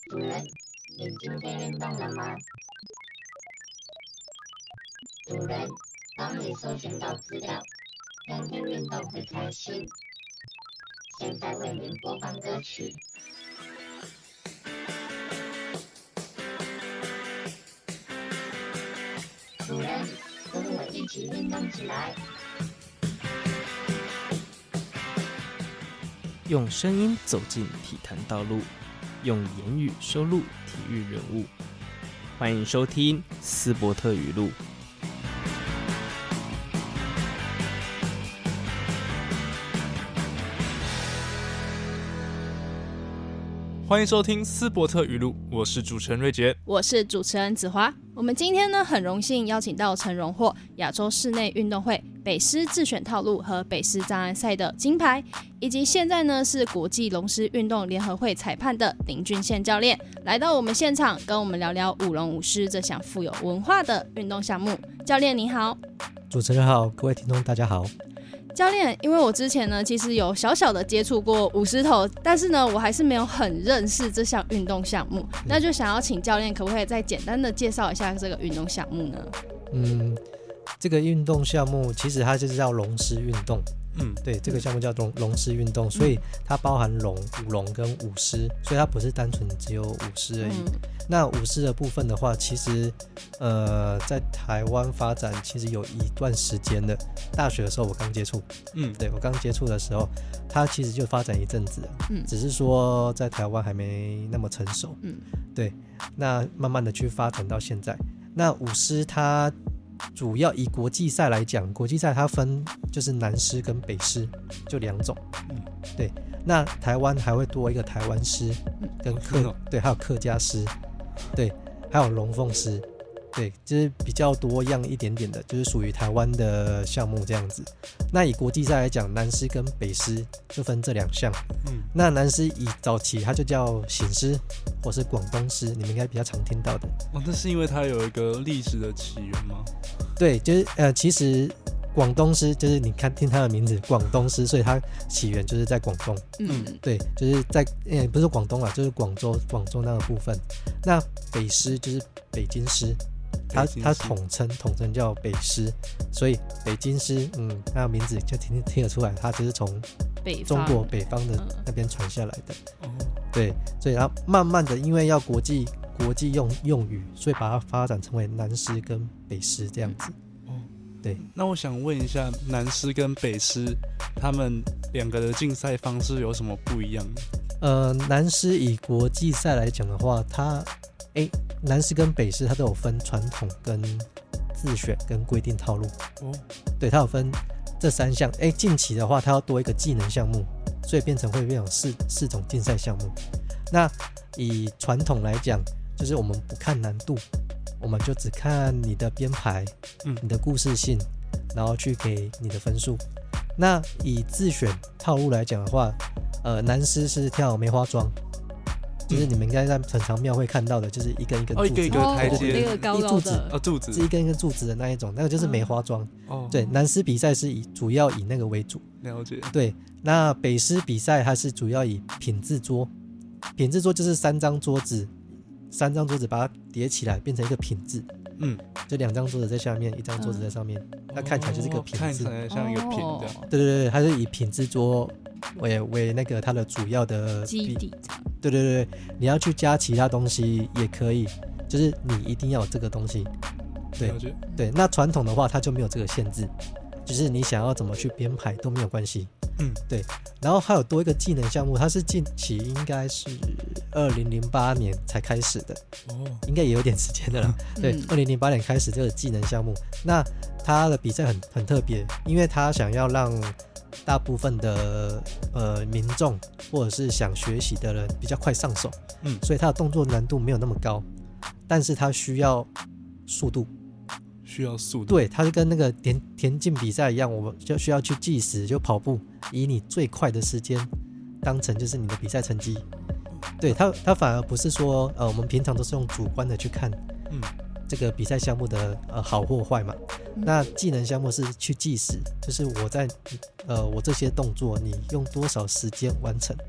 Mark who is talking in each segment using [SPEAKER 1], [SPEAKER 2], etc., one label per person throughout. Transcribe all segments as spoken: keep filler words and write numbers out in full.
[SPEAKER 1] 主人，你今天运动了吗？主人，帮你搜寻到资料，明天运动会开心。现在为您播放歌曲。主人，跟我一起运动起来。
[SPEAKER 2] 用声音走进体坛道路，用言语收录体育人物。欢迎收听斯伯特语录。欢迎收听斯伯特语录，我是主持人瑞杰，
[SPEAKER 3] 我是主持人子华。我们今天呢，很荣幸邀请到曾荣获亚洲室内运动会北狮自选套路和北狮障碍赛的金牌，以及现在呢是国际龙狮运动联合会裁判的林俊宪教练，来到我们现场，跟我们聊聊舞龙舞狮这项富有文化的运动项目。教练你好。
[SPEAKER 4] 主持人好，各位听众大家好。
[SPEAKER 3] 教练，因为我之前呢其实有小小的接触过舞狮头，但是呢我还是没有很认识这项运动项目，嗯、那就想要请教练可不可以再简单的介绍一下这个运动项目呢？
[SPEAKER 4] 嗯，这个运动项目其实它就是叫龙狮运动。嗯，对，这个项目叫龙龙狮运动，所以它包含龙、舞龙跟舞狮，所以它不是单纯只有舞狮而已。嗯、那舞狮的部分的话，其实呃在台湾发展其实有一段时间了。大学的时候我刚接触，嗯，对我刚接触的时候，它其实就发展一阵子了，嗯，只是说在台湾还没那么成熟，嗯，对，那慢慢的去发展到现在。那舞狮它主要以国际赛来讲，国际赛它分就是南狮跟北狮，就两种。嗯，对。那台湾还会多一个台湾狮，跟客、哦、对，还有客家狮，对，还有龙凤狮，对，就是比较多样一点点的，就是属于台湾的项目这样子。那以国际赛来讲，南狮跟北狮就分这两项。嗯，那南狮以早期它就叫醒狮，或是广东狮，你们应该比较常听到的。
[SPEAKER 2] 哦，那是因为它有一个历史的起源吗？
[SPEAKER 4] 对，就是呃，其实广东狮就是你看听它的名字广东狮，所以它起源就是在广东。嗯，对，就是在呃不是广东啦，就是广州广州那个部分。那北狮就是北京狮，它它统称统称叫北狮，所以北京狮，嗯，那个名字就听听得出来，它就是从中国北方的那边传下来的。哦，对，所以它慢慢的因为要国际。国际 用, 用语，所以把它发展成为南狮跟北狮这样子。哦，对。
[SPEAKER 2] 那我想问一下，南狮跟北狮他们两个的竞赛方式有什么不一样？
[SPEAKER 4] 呃，南狮以国际赛来讲的话，它，哎，南狮跟北狮它都有分传统跟自选跟规定套路。哦，对，它有分这三项。哎，近期的话，它要多一个技能项目，所以变成会变成四四种竞赛项目。那以传统来讲，就是我们不看难度，我们就只看你的编排、嗯、你的故事性，然后去给你的分数。那以自选套路来讲的话，呃，南狮是跳梅花桩，就是你们应该在城隍庙会看到的，就是一根一根柱子，
[SPEAKER 2] 哦，一个一个台阶，
[SPEAKER 3] 那个高高的，
[SPEAKER 2] 哦，柱子，
[SPEAKER 4] 是一根一根柱子的那一种，那个就是梅花桩。哦，对，南狮比赛是以主要以那个为主。
[SPEAKER 2] 了解。对，
[SPEAKER 4] 那北狮比赛它是主要以品质桌，品质桌就是三张桌子。三张桌子把它叠起来变成一个品质，嗯，就两张桌子在下面，一张桌子在上面，嗯、那看起来就是一个品质，
[SPEAKER 2] 看起来像一个品这样。
[SPEAKER 4] 对对对，它是以品质桌为为那个它的主要的
[SPEAKER 3] 基底。
[SPEAKER 4] 对对对，你要去加其他东西也可以，就是你一定要有这个东西。对对，那传统的话它就没有这个限制，就是你想要怎么去编排都没有关系。嗯，对，然后还有多一个技能项目，它是近期应该是二零零八年才开始的，哦，应该也有点时间的了。嗯、对，二零零八年开始这个技能项目，那它的比赛很很特别，因为它想要让大部分的呃民众或者是想学习的人比较快上手，嗯，所以它的动作难度没有那么高，但是它需要速度。
[SPEAKER 2] 需要速度，
[SPEAKER 4] 对，它是跟那个田田径比赛一样，我们就需要去计时，就跑步，以你最快的时间当成就是你的比赛成绩。对，它它反而不是说呃，我们平常都是用主观的去看，嗯，这个比赛项目的呃好或坏嘛。嗯、那技能项目是去计时，就是我在呃我这些动作你用多少时间完成，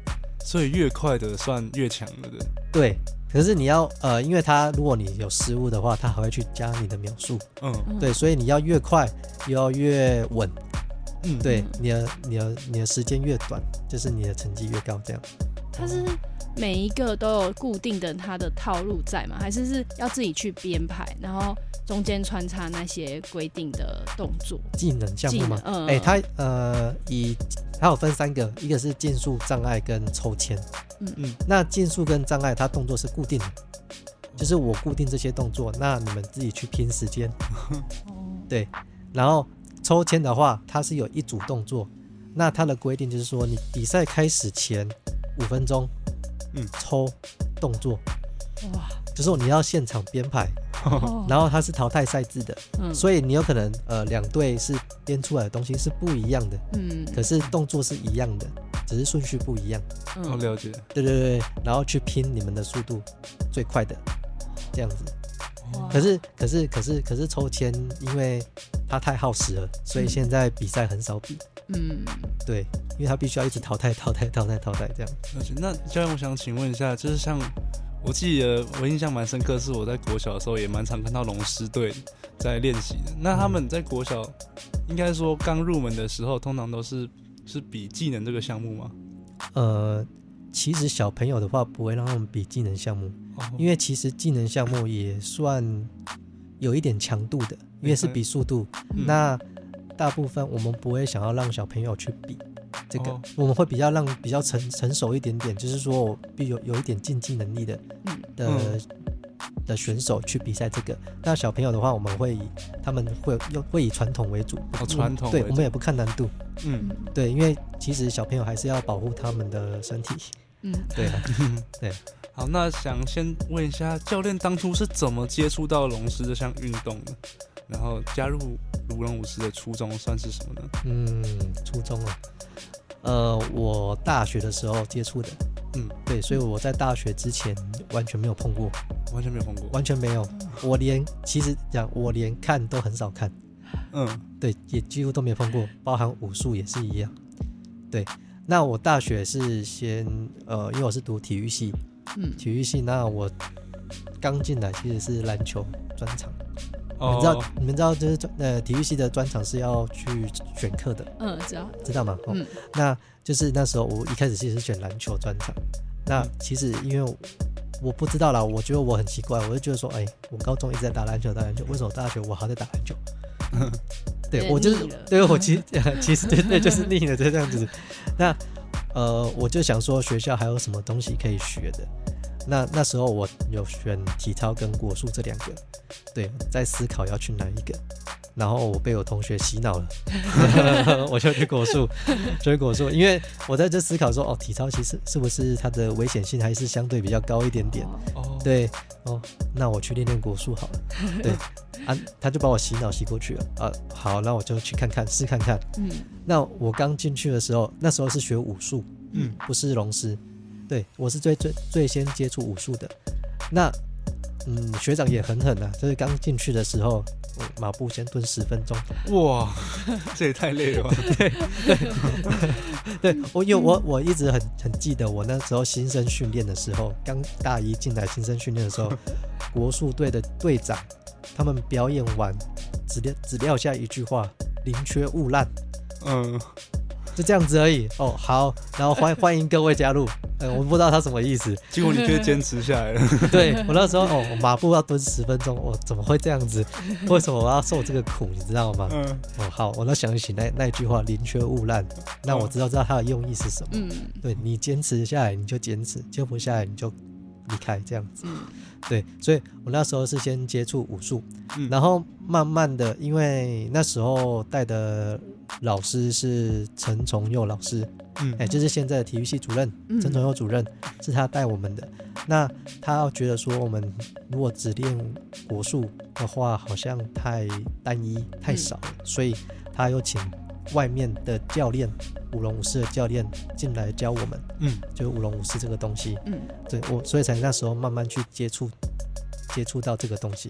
[SPEAKER 5] 所以越快的算越强的，
[SPEAKER 4] 对。可是你要呃，因为它如果你有失误的话，它还会去加你的秒数。嗯，对，所以你要越快，又要越稳。嗯，对，你的你的你的时间越短，就是你的成绩越高，这样。
[SPEAKER 3] 它是每一个都有固定的它的套路在吗？还是是要自己去编排，然后中间穿插那些规定的动作？
[SPEAKER 4] 技能项目吗？
[SPEAKER 3] 嗯，
[SPEAKER 4] 哎、欸，它呃以它有分三个，一个是竞速障碍跟抽签。嗯嗯，那竞速跟障碍它动作是固定的，就是我固定这些动作，那你们自己去拼时间。对，然后抽签的话，它是有一组动作，那它的规定就是说，你比赛开始前五分钟，嗯，抽动作，哇，就是你要现场编排，然后它是淘汰赛制的，嗯，所以你有可能呃两队是编出来的东西是不一样的，嗯，可是动作是一样的，只是顺序不一样。
[SPEAKER 5] 好、嗯、了解。
[SPEAKER 4] 对对对，然后去拼你们的速度最快的，这样子。可是可是可是可是抽签，因为它太耗时了，所以现在比赛很少比。嗯，对，因为它必须要一直淘汰淘汰淘汰淘汰这样。
[SPEAKER 5] 了解。那教练，我想请问一下，就是像我记得我印象蛮深刻，是我在国小的时候也蛮常看到龙狮队在练习的。那他们在国小，应该说刚入门的时候，通常都是是比技能这个项目吗？
[SPEAKER 4] 呃，其实小朋友的话不会让他们比技能项目，哦、因为其实技能项目也算有一点强度的，因为是比速度。嗯、那大部分我们不会想要让小朋友去比这个，哦、我们会比较让比较 成, 成熟一点点，就是说我必有有一点竞技能力的、嗯、的、嗯、的选手去比赛这个。那小朋友的话，我们会以他们会会以传统为主，
[SPEAKER 5] 哦，传统
[SPEAKER 4] 对，我们也不看难度。嗯，对，因为其实小朋友还是要保护他们的身体。嗯，对啊，对。
[SPEAKER 5] 好，那想先问一下教练，当初是怎么接触到龙狮这项运动的？然后加入舞龙舞狮的初衷算是什么呢？
[SPEAKER 4] 嗯，初衷啊，呃，我大学的时候接触的。嗯，对，所以我在大学之前完全没有碰过，
[SPEAKER 5] 完全没有碰过，
[SPEAKER 4] 完全没有。我连其实讲，我连看都很少看。嗯，对，也几乎都没碰过，包含武术也是一样。对，那我大学是先呃，因为我是读体育系，嗯，体育系，那我刚进来其实是篮球专场。哦、你们知道，你们知道，就是呃，体育系的专场是要去选课的，
[SPEAKER 3] 嗯，知道，
[SPEAKER 4] 知道吗？哦、嗯，那就是那时候我一开始其实是选篮球专场，那其实因为 我, 我不知道啦，我觉得我很奇怪，我就觉得说，哎、欸，我高中一直在打篮球，打篮球，为什么大学我还在打篮球？对，我就是对我其实其实对对就是腻了，就这样子。那呃，我就想说学校还有什么东西可以学的。那那时候我有选体操跟国术这两个，对，在思考要去哪一个，然后我被我同学洗脑了，我就去国术，就去国术，因为我在这思考说，哦，体操其实是不是它的危险性还是相对比较高一点点？哦，对，哦，那我去练练国术好了，对，啊，他就把我洗脑洗过去了，啊，好，那我就去看看试看看，嗯，那我刚进去的时候，那时候是学武术，嗯，不是龙狮。对，我是最最最先接触武术的。那，嗯，学长也很狠啊，就是刚进去的时候，我马步先蹲十分钟。
[SPEAKER 5] 哇，这也太累了吧？
[SPEAKER 4] 对对，对我因为我我一直很很记得我那时候新生训练的时候，刚大一进来新生训练的时候，国术队的队长他们表演完，只只撂下一句话：宁缺毋滥。嗯。就这样子而已哦，好，然后欢欢迎各位加入。呃，我不知道他什么意思，
[SPEAKER 5] 结果你就坚持下来了。
[SPEAKER 4] 对，我那时候哦，马步要蹲十分钟，我、哦、怎么会这样子？为什么我要受这个苦？你知道吗？嗯。哦，好，我那想起那那一句话“宁缺毋滥”，那我知道知道它的用意是什么。嗯。对，你坚持下来你就坚持，坚不下来你就离开，这样子。嗯。对，所以我那时候是先接触武术，嗯、然后慢慢的，因为那时候带的老师是陈崇佑老师，嗯，哎，就是现在的体育系主任陈崇佑主任，是他带我们的。那他觉得说，我们如果只练国术的话，好像太单一太少了，嗯、所以他又请外面的教练，舞龙舞狮的教练进来教我们，嗯，就是舞龙舞狮这个东西，嗯，对我，所以才那时候慢慢去接触接触到这个东西，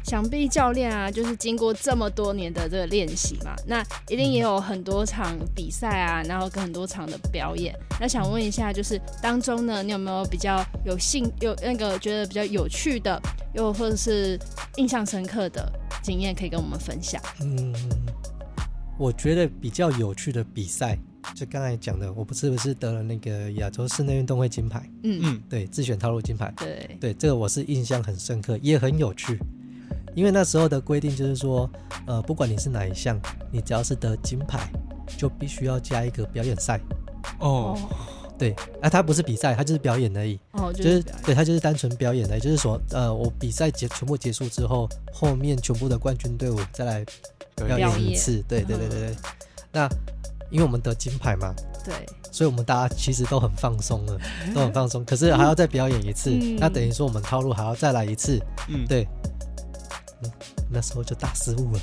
[SPEAKER 3] 想必教练啊，就是经过这么多年的这个练习嘛，那一定也有很多场比赛啊，然后跟很多场的表演。那想问一下，就是当中呢，你有没有比较有兴有那个觉得比较有趣的，又或者是印象深刻的经验，可以跟我们分享？
[SPEAKER 4] 嗯，我觉得比较有趣的比赛，就刚才讲的，我不是不是得了那个亚洲室内运动会金牌？
[SPEAKER 3] 嗯嗯，
[SPEAKER 4] 对，自选套路金牌。
[SPEAKER 3] 对
[SPEAKER 4] 对，这个我是印象很深刻，也很有趣。因为那时候的规定就是说，呃，不管你是哪一项，你只要是得金牌，就必须要加一个表演赛。
[SPEAKER 5] 哦，
[SPEAKER 4] 对，啊，它不是比赛，它就是表演而已。
[SPEAKER 3] 哦，就、
[SPEAKER 4] 就是对，它就是单纯表演而已。就是说，呃，我比赛结全部结束之后，后面全部的冠军队伍再来表演一次。对对对对对。嗯、那因为我们得金牌嘛，
[SPEAKER 3] 对，
[SPEAKER 4] 所以我们大家其实都很放松了，都很放松。可是还要再表演一次，嗯、那等于说我们套路还要再来一次。嗯，对。嗯，那时候就大失误了，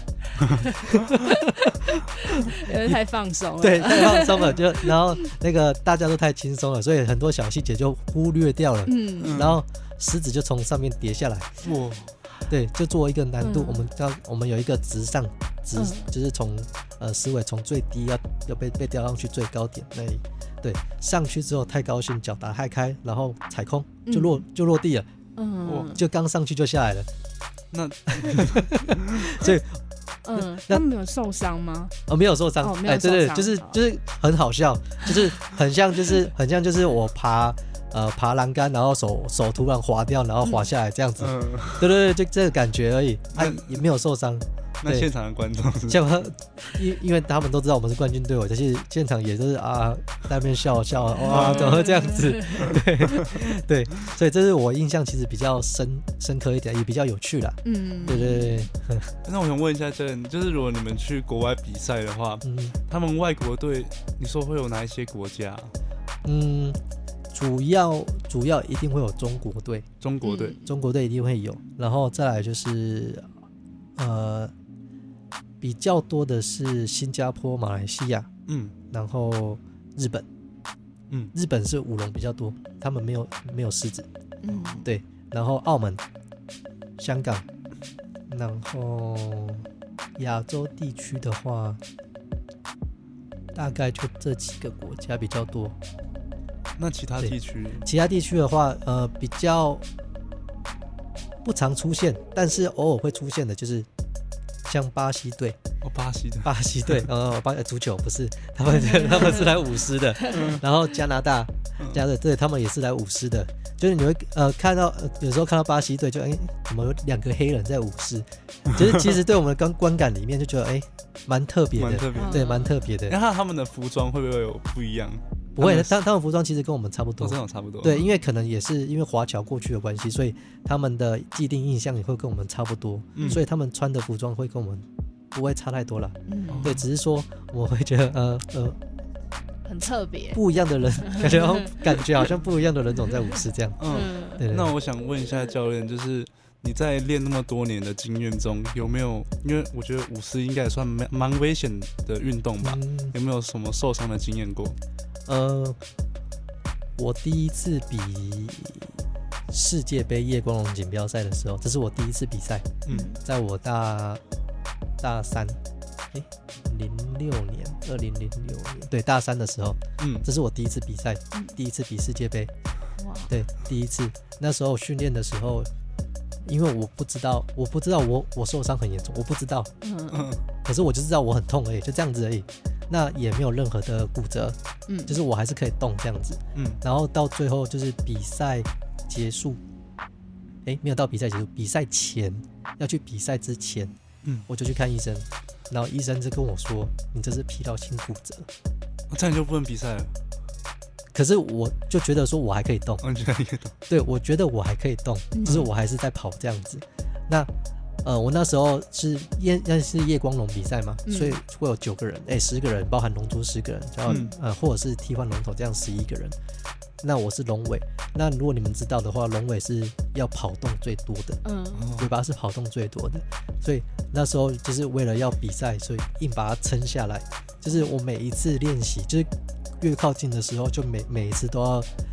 [SPEAKER 3] 因为太放松了，
[SPEAKER 4] 对，太放松了，就然后那个大家都太轻松了，所以很多小细节就忽略掉了，嗯，然后石子就从上面跌下来，哇，对，就做一个难度，嗯、我们刚我们有一个直上直，嗯、就是从呃石尾从最低要要被被吊上去最高点那里，对，上去之后太高兴，脚打太开，然后踩空就落、嗯、就落地了，嗯，就刚上去就下来了。
[SPEAKER 5] 那
[SPEAKER 4] 所以，
[SPEAKER 3] 嗯，他们有受伤吗？
[SPEAKER 4] 哦，没有受伤，
[SPEAKER 3] 哦，没有受伤，
[SPEAKER 4] 哎，对对，就是就是很好笑，就是很像，就是很像，就是我爬呃爬栏杆，然后手手突然滑掉，然后滑下来这样子，嗯、对对对，就这个感觉而已，啊，也没有受伤。
[SPEAKER 5] 那现场的观众是
[SPEAKER 4] 像因因为他们都知道我们是冠军队伍，就是现场也是啊，在那边笑笑哇，怎么会这样子？对对，所以这是我印象其实比较深深刻一点，也比较有趣啦。嗯，对对对。
[SPEAKER 5] 那我想问一下郑，就是如果你们去国外比赛的话，嗯，他们外国队，你说会有哪一些国家？
[SPEAKER 4] 嗯，主要主要一定会有中国队，
[SPEAKER 5] 中国队，
[SPEAKER 4] 中国队一定会有，然后再来就是呃。比较多的是新加坡、马来西亚，嗯，然后日本，嗯，日本是舞龙比较多，他们没有没有狮子，嗯，对，然后澳门、香港，然后亚洲地区的话，大概就这几个国家比较多。
[SPEAKER 5] 那其他地区？
[SPEAKER 4] 其他地区的话，呃，比较不常出现，但是偶尔会出现的就是。像巴西队，
[SPEAKER 5] 哦，巴西队，
[SPEAKER 4] 巴西队，呃，巴足球不是，他们他们是来舞狮的，然后加拿大，加拿大对，他们也是来舞狮的，就是你会呃看到、呃、有时候看到巴西队就哎，怎么有两个黑人在舞狮，就是其实对我们的观观感里面就觉得哎，蛮特别的，
[SPEAKER 5] 蛮特别的，
[SPEAKER 4] 对，蛮特别的。
[SPEAKER 5] 然后他们的服装会不会有不一样？
[SPEAKER 4] 不会，他他们服装其实跟我们差不多，
[SPEAKER 5] 这种差不多。
[SPEAKER 4] 对，因为可能也是因为华侨过去的关系，所以他们的既定印象也会跟我们差不多，嗯、所以他们穿的服装会跟我们不会差太多了。嗯，对，只是说我会觉得呃呃
[SPEAKER 3] 很特别，
[SPEAKER 4] 不一样的人，感觉感觉好像不一样的人种在舞狮这样。嗯，对对对。
[SPEAKER 5] 那我想问一下教练，就是你在练那么多年的经验中，有没有？因为我觉得舞狮应该也算蛮危险的运动吧、嗯？有没有什么受伤的经验过？呃，我第一次比世界杯夜光龙锦标赛的时候，这是我第一次比赛。嗯，在我大大三，哎，零六年，二零零六年，对，大三的时候，嗯，这是我第一次比赛，嗯、第一次比世界杯。哇，对，第一次。那时候训练的时候，因为我不知道，我不知道我我受伤很严重，我不知道。嗯，可是我就知道我很痛而已，就这样子而已。那也没有任何的骨折，嗯，就是我还是可以动这样子，嗯，然后到最后就是比赛结束，哎，没有到比赛结束，比赛前要去比赛之前，嗯，我就去看医生，然后医生就跟我说，你这是疲劳性骨折，哦、这样你就不能比赛了。可是我就觉得说我还可以动，我觉得你可以动，对，我觉得我还可以动，嗯、就是我还是在跑这样子，那。呃，我那时候是夜那是夜光龙比赛嘛、嗯，所以会有九个人，哎，十个人，包含龙珠十个人，然后、嗯、呃，或者是替换龙头这样十一个人。那我是龙尾，那如果你们知道的话，龙尾是要跑动最多的，嗯，尾巴是跑动最多的，所以那时候就是为了要比赛，所以硬把它撑下来。就是我每一次练习，就是越靠近的时候，就每每一次都要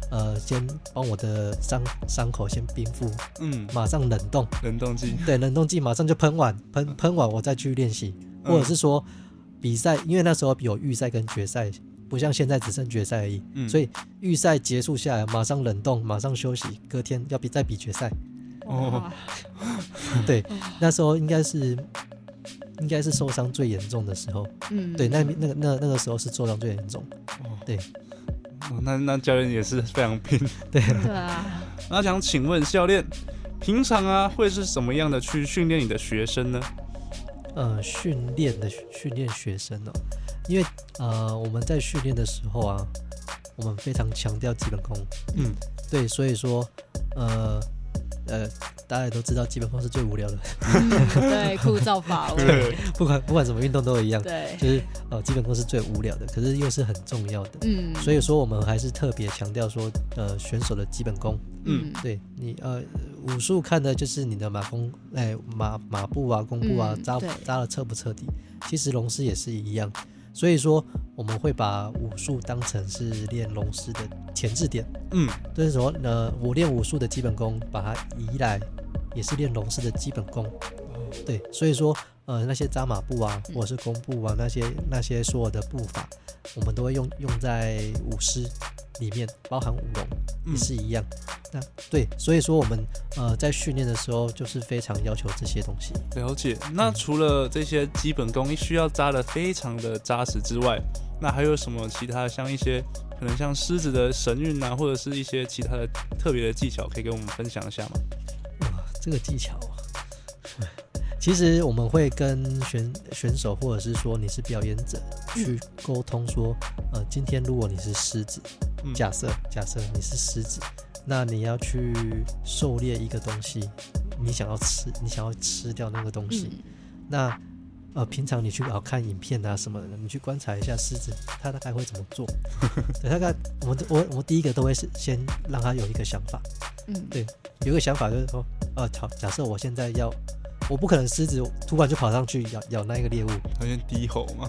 [SPEAKER 4] 呃，先帮我的伤伤口先冰敷，
[SPEAKER 5] 嗯，
[SPEAKER 4] 马上冷冻，
[SPEAKER 5] 冷冻剂，
[SPEAKER 4] 对，冷冻剂马上就喷完，喷喷完我再去练习，或者是说比赛，因为那时候有预赛跟决赛，不像现在只剩决赛而已，嗯、所以预赛结束下来马上冷冻，马上休息，隔天要比再比决赛。哦，对，那时候应该是应该是受伤最严重的时候，嗯，对，那那个那那个时候是受伤最严重，哦，对。
[SPEAKER 5] 哦、那那教练也是非常拼，
[SPEAKER 4] 对
[SPEAKER 3] 对啊。
[SPEAKER 5] 那想请问教练，平常啊会是什么样的去训练你的学生呢？
[SPEAKER 4] 呃，训练的训练学生哦，因为呃我们在训练的时候啊，我们非常强调基本功，嗯，对，所以说呃呃大家也都知道基本功是最无聊的，
[SPEAKER 3] 嗯、对，枯燥乏味，
[SPEAKER 4] 对，不管不管什么运动都一样，
[SPEAKER 3] 对，
[SPEAKER 4] 就是呃基本功是最无聊的，可是又是很重要的，嗯，所以说我们还是特别强调说呃选手的基本功，嗯，对你呃武术看的就是你的马弓，哎马马步啊弓步啊扎扎的彻不彻底，其实龙狮也是一样，所以说我们会把武术当成是练龙狮的前置点，嗯，就是说呢我练武术的基本功把它移来也是练龙狮的基本功，对，所以说呃那些扎马步啊或者是弓步啊那些那些所有的步法我们都会用用在舞狮里面，包含舞龙也是一样，嗯、那对，所以说我们呃在训练的时候就是非常要求这些东西。
[SPEAKER 5] 了解。那除了这些基本功需要扎得非常的扎实之外，那还有什么其他像一些可能像狮子的神韵啊，或者是一些其他的特别的技巧，可以跟我们分享一下吗？
[SPEAKER 4] 哇，这个技巧啊，其实我们会跟选选手或者是说你是表演者去沟通说，呃，今天如果你是狮子，嗯、假设假设你是狮子，那你要去狩猎一个东西，你想要吃，你想要吃掉那个东西，嗯、那呃，平常你去好看影片啊什么的，你去观察一下狮子，它大概会怎么做？对，大概我们我我们第一个都会是先让他有一个想法，嗯，对，有一个想法就是说，呃，好，假设我现在要。我不可能狮子突然就跑上去咬咬那一个猎物，
[SPEAKER 5] 好像低吼嘛。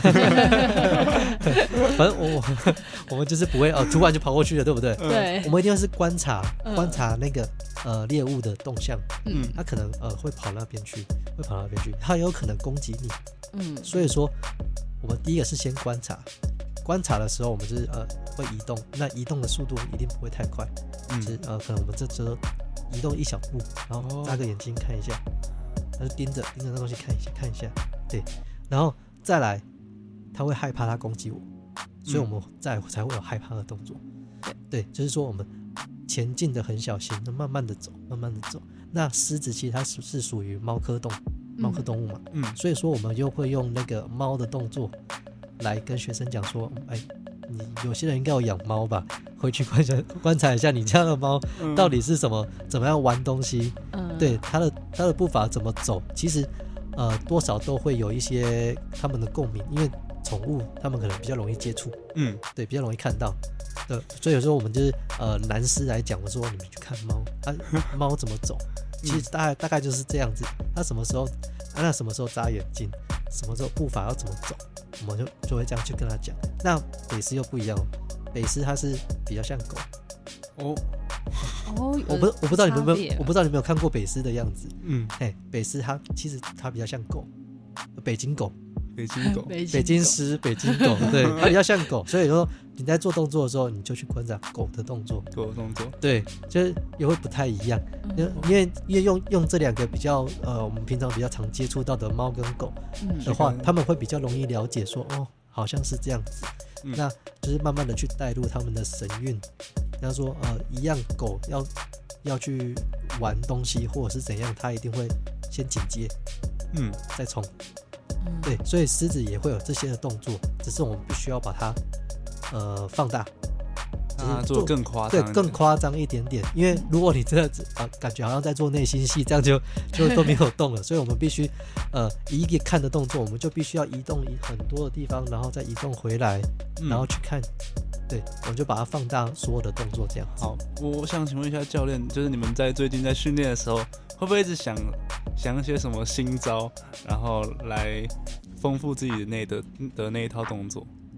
[SPEAKER 4] 反正我我们就是不会哦，突然就跑过去了，对不对？
[SPEAKER 3] 对。
[SPEAKER 4] 我们一定要是观察、嗯、观察那个呃猎物的动向，嗯，它可能呃会跑那边去，会跑那边去，它有可能攻击你，嗯。所以说，我们第一个是先观察，观察的时候我们就是呃会移动，那移动的速度一定不会太快，嗯，就是呃可能我们这只移动一小步，然后眨个眼睛看一下。他就盯着盯着那东西看一下看一下，对，然后再来，他会害怕他攻击我，所以我们再才会有害怕的动作，嗯、对，就是说我们前进的很小心，慢慢的走，慢慢的走。那狮子其实它是是属于猫科动猫科动物嘛，嗯，所以说我们又会用那个猫的动作来跟学生讲说，哎，你有些人应该有养猫吧？回去观察观察一下你家的猫到底是什么、嗯、怎么样玩东西，嗯，对，它的它的步伐怎么走，其实呃多少都会有一些他们的共鸣，因为宠物他们可能比较容易接触，嗯，对，比较容易看到，对，所以有时候我们就是呃男师来讲，我说你们去看猫，它猫怎么走，其实大概大概就是这样子，它什么时候啊那什么时候眨眼睛，什么时候步伐要怎么走，我们就就会这样去跟他讲。那北狮又不一样，北狮它是比较像狗。
[SPEAKER 5] 哦
[SPEAKER 3] 哦，
[SPEAKER 4] 我不我不知道你们有没有，我不知道你们有看过北狮的样子。嗯，哎，北狮它其实它比较像狗，北京狗。
[SPEAKER 5] 北京狗，
[SPEAKER 4] 北京狮，北京狗，对，它比较像狗，所以说你在做动作的时候，你就去观察狗的动作，
[SPEAKER 5] 狗的动作，
[SPEAKER 4] 对，就是也会不太一样，嗯、因为因为用用这两个比较呃，我们平常比较常接触到的猫跟狗的话，嗯、他们会比较容易了解说，哦，好像是这样子，嗯、那就是慢慢的去带入他们的神韵，然后说呃，一样狗要要去玩东西或者是怎样，它一定会先紧接，嗯，再冲。对，所以狮子也会有这些的动作，只是我们必须要把它呃放大，
[SPEAKER 5] 啊，做得更夸张，
[SPEAKER 4] 对，更夸张一点点。因为如果你这样子啊，感觉好像在做内心戏，这样就就都没有动了。所以我们必须呃一个看的动作，我们就必须要移动很多的地方，然后再移动回来，然后去看。嗯、对，我们就把它放大所有的动作，这样子。
[SPEAKER 5] 好，我想请问一下教练，就是你们在最近在训练的时候，会不会一直想想一些什么新招，然后来丰富自己的那的的那一套动作？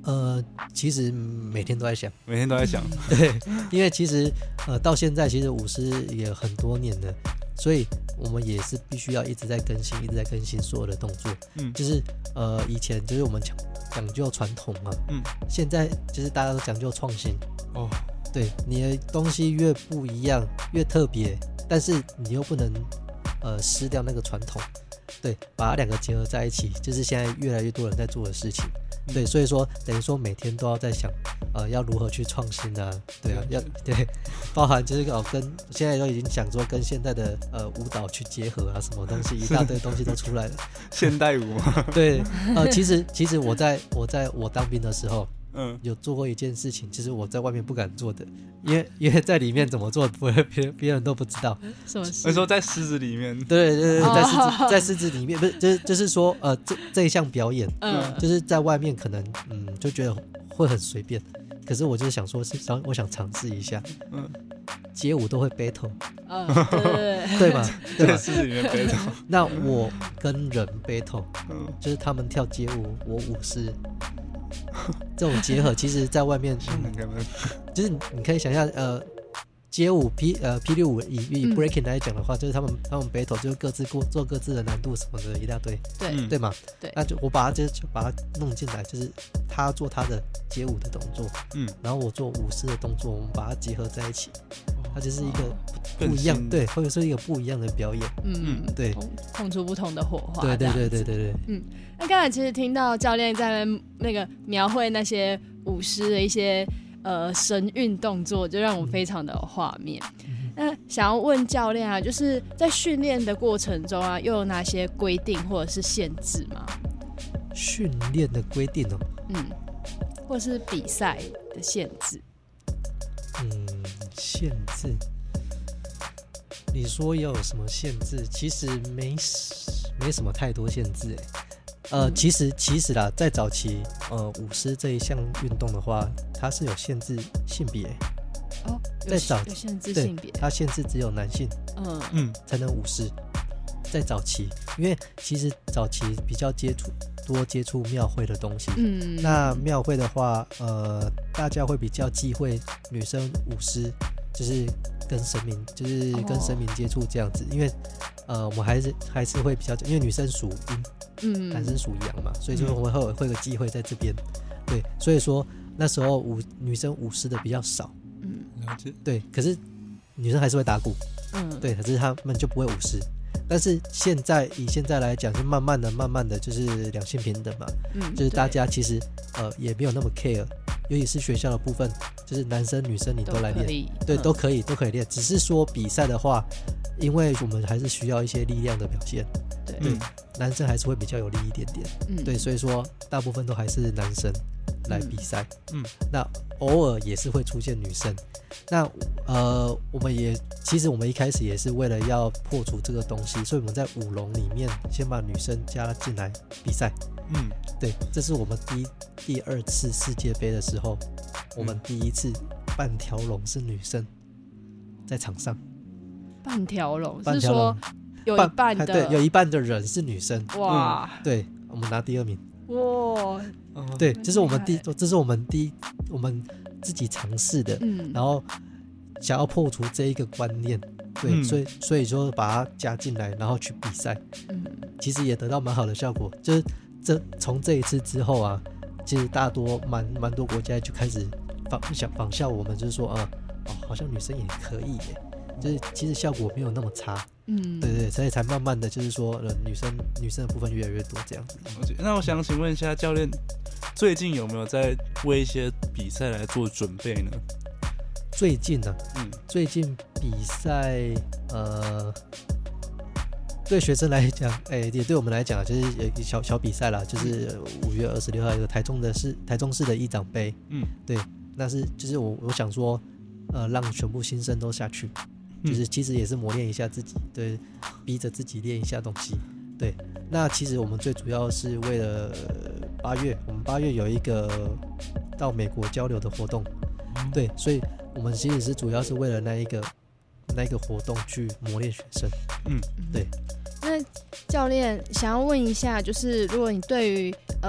[SPEAKER 4] 呃，其实每天都在想，
[SPEAKER 5] 每天都在想，
[SPEAKER 4] 对，因为其实呃到现在其实舞狮也很多年了，所以我们也是必须要一直在更新，一直在更新所有的动作。嗯，就是呃以前就是我们讲讲究传统嘛，嗯，现在就是大家都讲究创新。哦，对，你的东西越不一样，越特别，但是你又不能呃失掉那个传统。对，把它两个结合在一起，就是现在越来越多人在做的事情。对，所以说等于说每天都要在想，呃，要如何去创新啊？对啊，要对，包含就是哦，跟现在都已经想说跟现在的呃舞蹈去结合啊，什么东西，一大堆东西都出来了。
[SPEAKER 5] 现代舞嘛。对，
[SPEAKER 4] 呃，其实其实我在我在我当兵的时候，嗯，有做过一件事情，其实我在外面不敢做的，因为因为在里面怎么做，不会别别人都不知道。
[SPEAKER 3] 什么事？
[SPEAKER 5] 你说在狮子里面？
[SPEAKER 4] 对对对，在狮子在狮子里面，不是就是就是说呃这这一项表演，嗯，就是在外面可能嗯就觉得会很随便，可是我就是想说是想我想尝试一下，嗯，街舞都会 battle，
[SPEAKER 3] 嗯，对
[SPEAKER 4] 对吧？对吧？
[SPEAKER 5] 狮子里面 battle，
[SPEAKER 4] 那我跟人 battle， 嗯，就是他们跳街舞，我舞狮。这种结合，其实在外面，嗯、就是你可以想象，呃，街舞霹呃霹雳舞以以 breaking 来讲的话，嗯、就是他们他们 battle 就是各自过做各自的难度什么的一大堆，
[SPEAKER 3] 对
[SPEAKER 4] 对嘛，
[SPEAKER 3] 对，
[SPEAKER 4] 那就我把它就就把它弄进来，就是他做他的街舞的动作，嗯，然后我做舞狮的动作，我们把它结合在一起，它就是一个不一样，对，或者是一个不一样的表演，嗯，对，
[SPEAKER 3] 碰出不同的火花，
[SPEAKER 4] 对对对对对对，
[SPEAKER 3] 嗯。那刚才其实听到教练在那个描绘那些舞狮的一些呃神韵动作，就让我非常的有画面。嗯、那想要问教练啊，就是在训练的过程中啊，又有哪些规定或者是限制吗？
[SPEAKER 4] 训练的规定哦，
[SPEAKER 3] 嗯，或是比赛的限制。
[SPEAKER 4] 嗯，限制，你说要有什么限制？其实没没什么太多限制哎。呃，其实其实啦，在早期，呃，舞狮这一项运动的话，它是有限制性别。
[SPEAKER 3] 哦，在早有限制性别，
[SPEAKER 4] 它限制只有男性，嗯嗯，才能舞狮。在早期，因为其实早期比较接触多接触庙会的东西，嗯，那庙会的话，呃，大家会比较忌讳女生舞狮，就是跟神明，就是跟神明接触这样子，因为呃，我们还是还是会比较，因为女生属阴。嗯，男生属阳嘛，所以就会会会有个机会在这边，对，所以说那时候舞女生舞狮的比较少，嗯，了解，对，可是女生还是会打鼓，嗯，对，可是他们就不会舞狮，但是现在以现在来讲，就慢慢的、慢慢的就是两性平等嘛，嗯，就是大家其实呃也没有那么 care， 尤其是学校的部分，就是男生女生你都来练，对，嗯、都可以都可以练，只是说比赛的话，因为我们还是需要一些力量的表现。对，对，男生还是会比较有力一点点，嗯，对，所以说大部分都还是男生来比赛，嗯，那偶尔也是会出现女生，那呃，我们也其实我们一开始也是为了要破除这个东西，所以我们在舞龙里面先把女生加进来比赛，嗯，对，这是我们第一第二次世界杯的时候，我们第一次半条龙是女生在场上，
[SPEAKER 3] 半条龙是说。有一半的
[SPEAKER 4] 对，有一半的人是女生
[SPEAKER 3] 哇、嗯！
[SPEAKER 4] 对，我们拿第二名
[SPEAKER 3] 哇！
[SPEAKER 4] 对，这是我们第，这是我们第，我们自己尝试的，嗯，然后想要破除这一个观念，对，嗯、所以所以说把它加进来，然后去比赛，嗯，其实也得到蛮好的效果。就是这从这一次之后啊，其实大多蛮蛮多国家就开始仿想仿效我们，就是说啊，哦，好像女生也可以耶。就是其实效果没有那么差，嗯，对对，所以才慢慢的就是说，呃，女生女生的部分越来越多这样子。
[SPEAKER 5] 那我想请问一下教练，最近有没有在为一些比赛来做准备呢？
[SPEAKER 4] 最近呢、啊，嗯，最近比赛，呃，对学生来讲，哎、欸，也对我们来讲，就是有小小比赛啦，就是五月二十六号有台中的市台中市的议长杯，嗯，对，那是就是我我想说，呃，让全部新生都下去。就是其实也是磨练一下自己，对，逼着自己练一下东西，对。那其实我们最主要是为了八月，我们八月有一个到美国交流的活动，对，所以我们其实是主要是为了那一个那一个活动去磨练学生，嗯，对。
[SPEAKER 3] 那教练想要问一下，就是如果你对于呃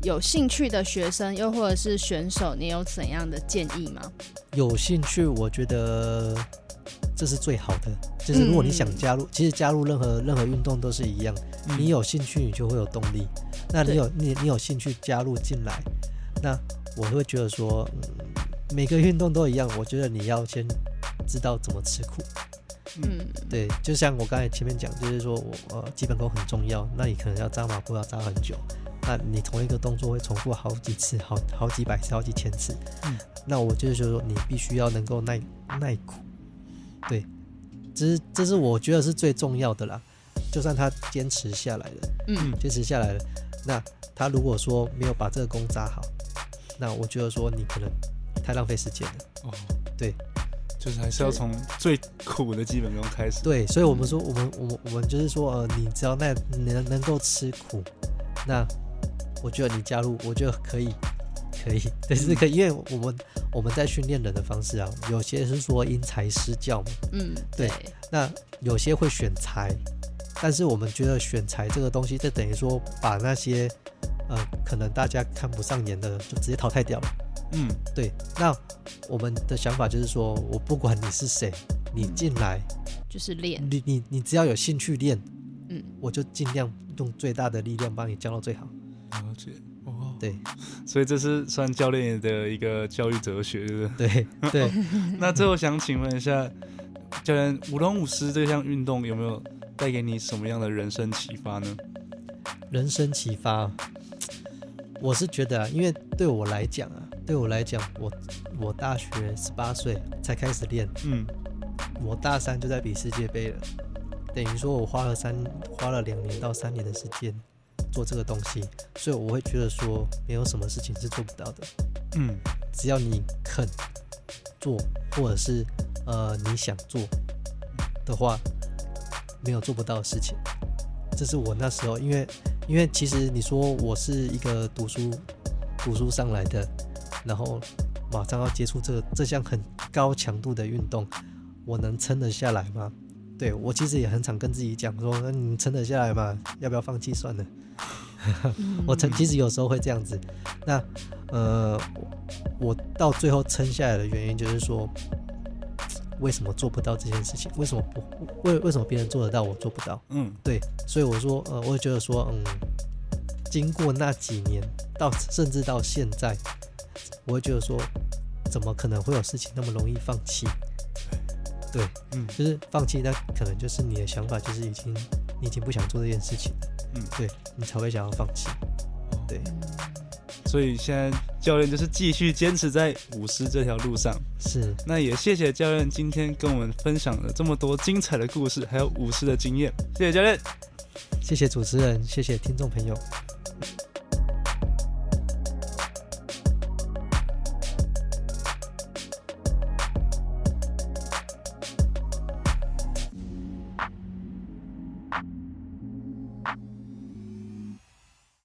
[SPEAKER 3] 有兴趣的学生又或者是选手，你有怎样的建议吗？
[SPEAKER 4] 有兴趣，我觉得这是最好的。就是如果你想加入，嗯、其实加入任何任何运动都是一样，嗯、你有兴趣，你就会有动力。那你有你你有兴趣加入进来，那我会觉得说，嗯、每个运动都一样。我觉得你要先知道怎么吃苦。嗯，对，就像我刚才前面讲，就是说我呃基本功很重要，那你可能要扎马步要扎很久，那你同一个动作会重复好几次，好好几百次，好几千次。嗯，那我就是说你必须要能够耐耐苦，对，这是这是我觉得是最重要的啦。就算他坚持下来了，嗯，坚持下来了，那他如果说没有把这个功扎好，那我觉得说你可能太浪费时间了。哦，对。
[SPEAKER 5] 就是还是要从最苦的基本功开始。
[SPEAKER 4] 对，所以我们说，我们我们我们就是说，呃，你只要那能能够吃苦，那我觉得你加入，我觉得可以，可以，对，是可以，因为我们我们在训练人的方式啊，有些是说因材施教嘛，嗯，对，那有些会选材，但是我们觉得选材这个东西，就等于说把那些呃可能大家看不上眼的，就直接淘汰掉了。嗯，对，那我们的想法就是说，我不管你是谁，你进来
[SPEAKER 3] 就是练，
[SPEAKER 4] 你你你只要有兴趣练，嗯，我就尽量用最大的力量帮你教到最好。
[SPEAKER 5] 了解，哦，
[SPEAKER 4] 对，
[SPEAKER 5] 所以这是算教练的一个教育哲学，对不
[SPEAKER 4] 对？对对。
[SPEAKER 5] 那最后想请问一下，教练，舞龙舞狮这项运动有没有带给你什么样的人生启发呢？
[SPEAKER 4] 人生启发，我是觉得啊，因为对我来讲啊。对我来讲，我我大学十八岁才开始练，嗯，我大三就在比世界杯了，等于说我花了三花了两年到三年的时间做这个东西，所以我会觉得说没有什么事情是做不到的，嗯，只要你肯做，或者是呃你想做的话，没有做不到的事情。这是我那时候，因为因为其实你说我是一个读书读书上来的。然后马上要接触这这项很高强度的运动，我能撑得下来吗？对，我其实也很常跟自己讲说，你撑得下来吗？要不要放弃算了？我其实有时候会这样子。那呃，我到最后撑下来的原因就是说，为什么做不到这件事情？为什么不为为什么别人做得到，我做不到？嗯，对，所以我说，呃，我会觉得说，嗯，经过那几年，到甚至到现在。我会觉得说，怎么可能会有事情那么容易放弃？对，嗯，就是放弃，那可能就是你的想法，就是已经你已经不想做这件事情了，嗯，对你才会想要放弃。对，
[SPEAKER 5] 所以现在教练就是继续坚持在舞狮这条路上。
[SPEAKER 4] 是，
[SPEAKER 5] 那也谢谢教练今天跟我们分享了这么多精彩的故事，还有舞狮的经验。谢谢教练，
[SPEAKER 4] 谢谢主持人，谢谢听众朋友。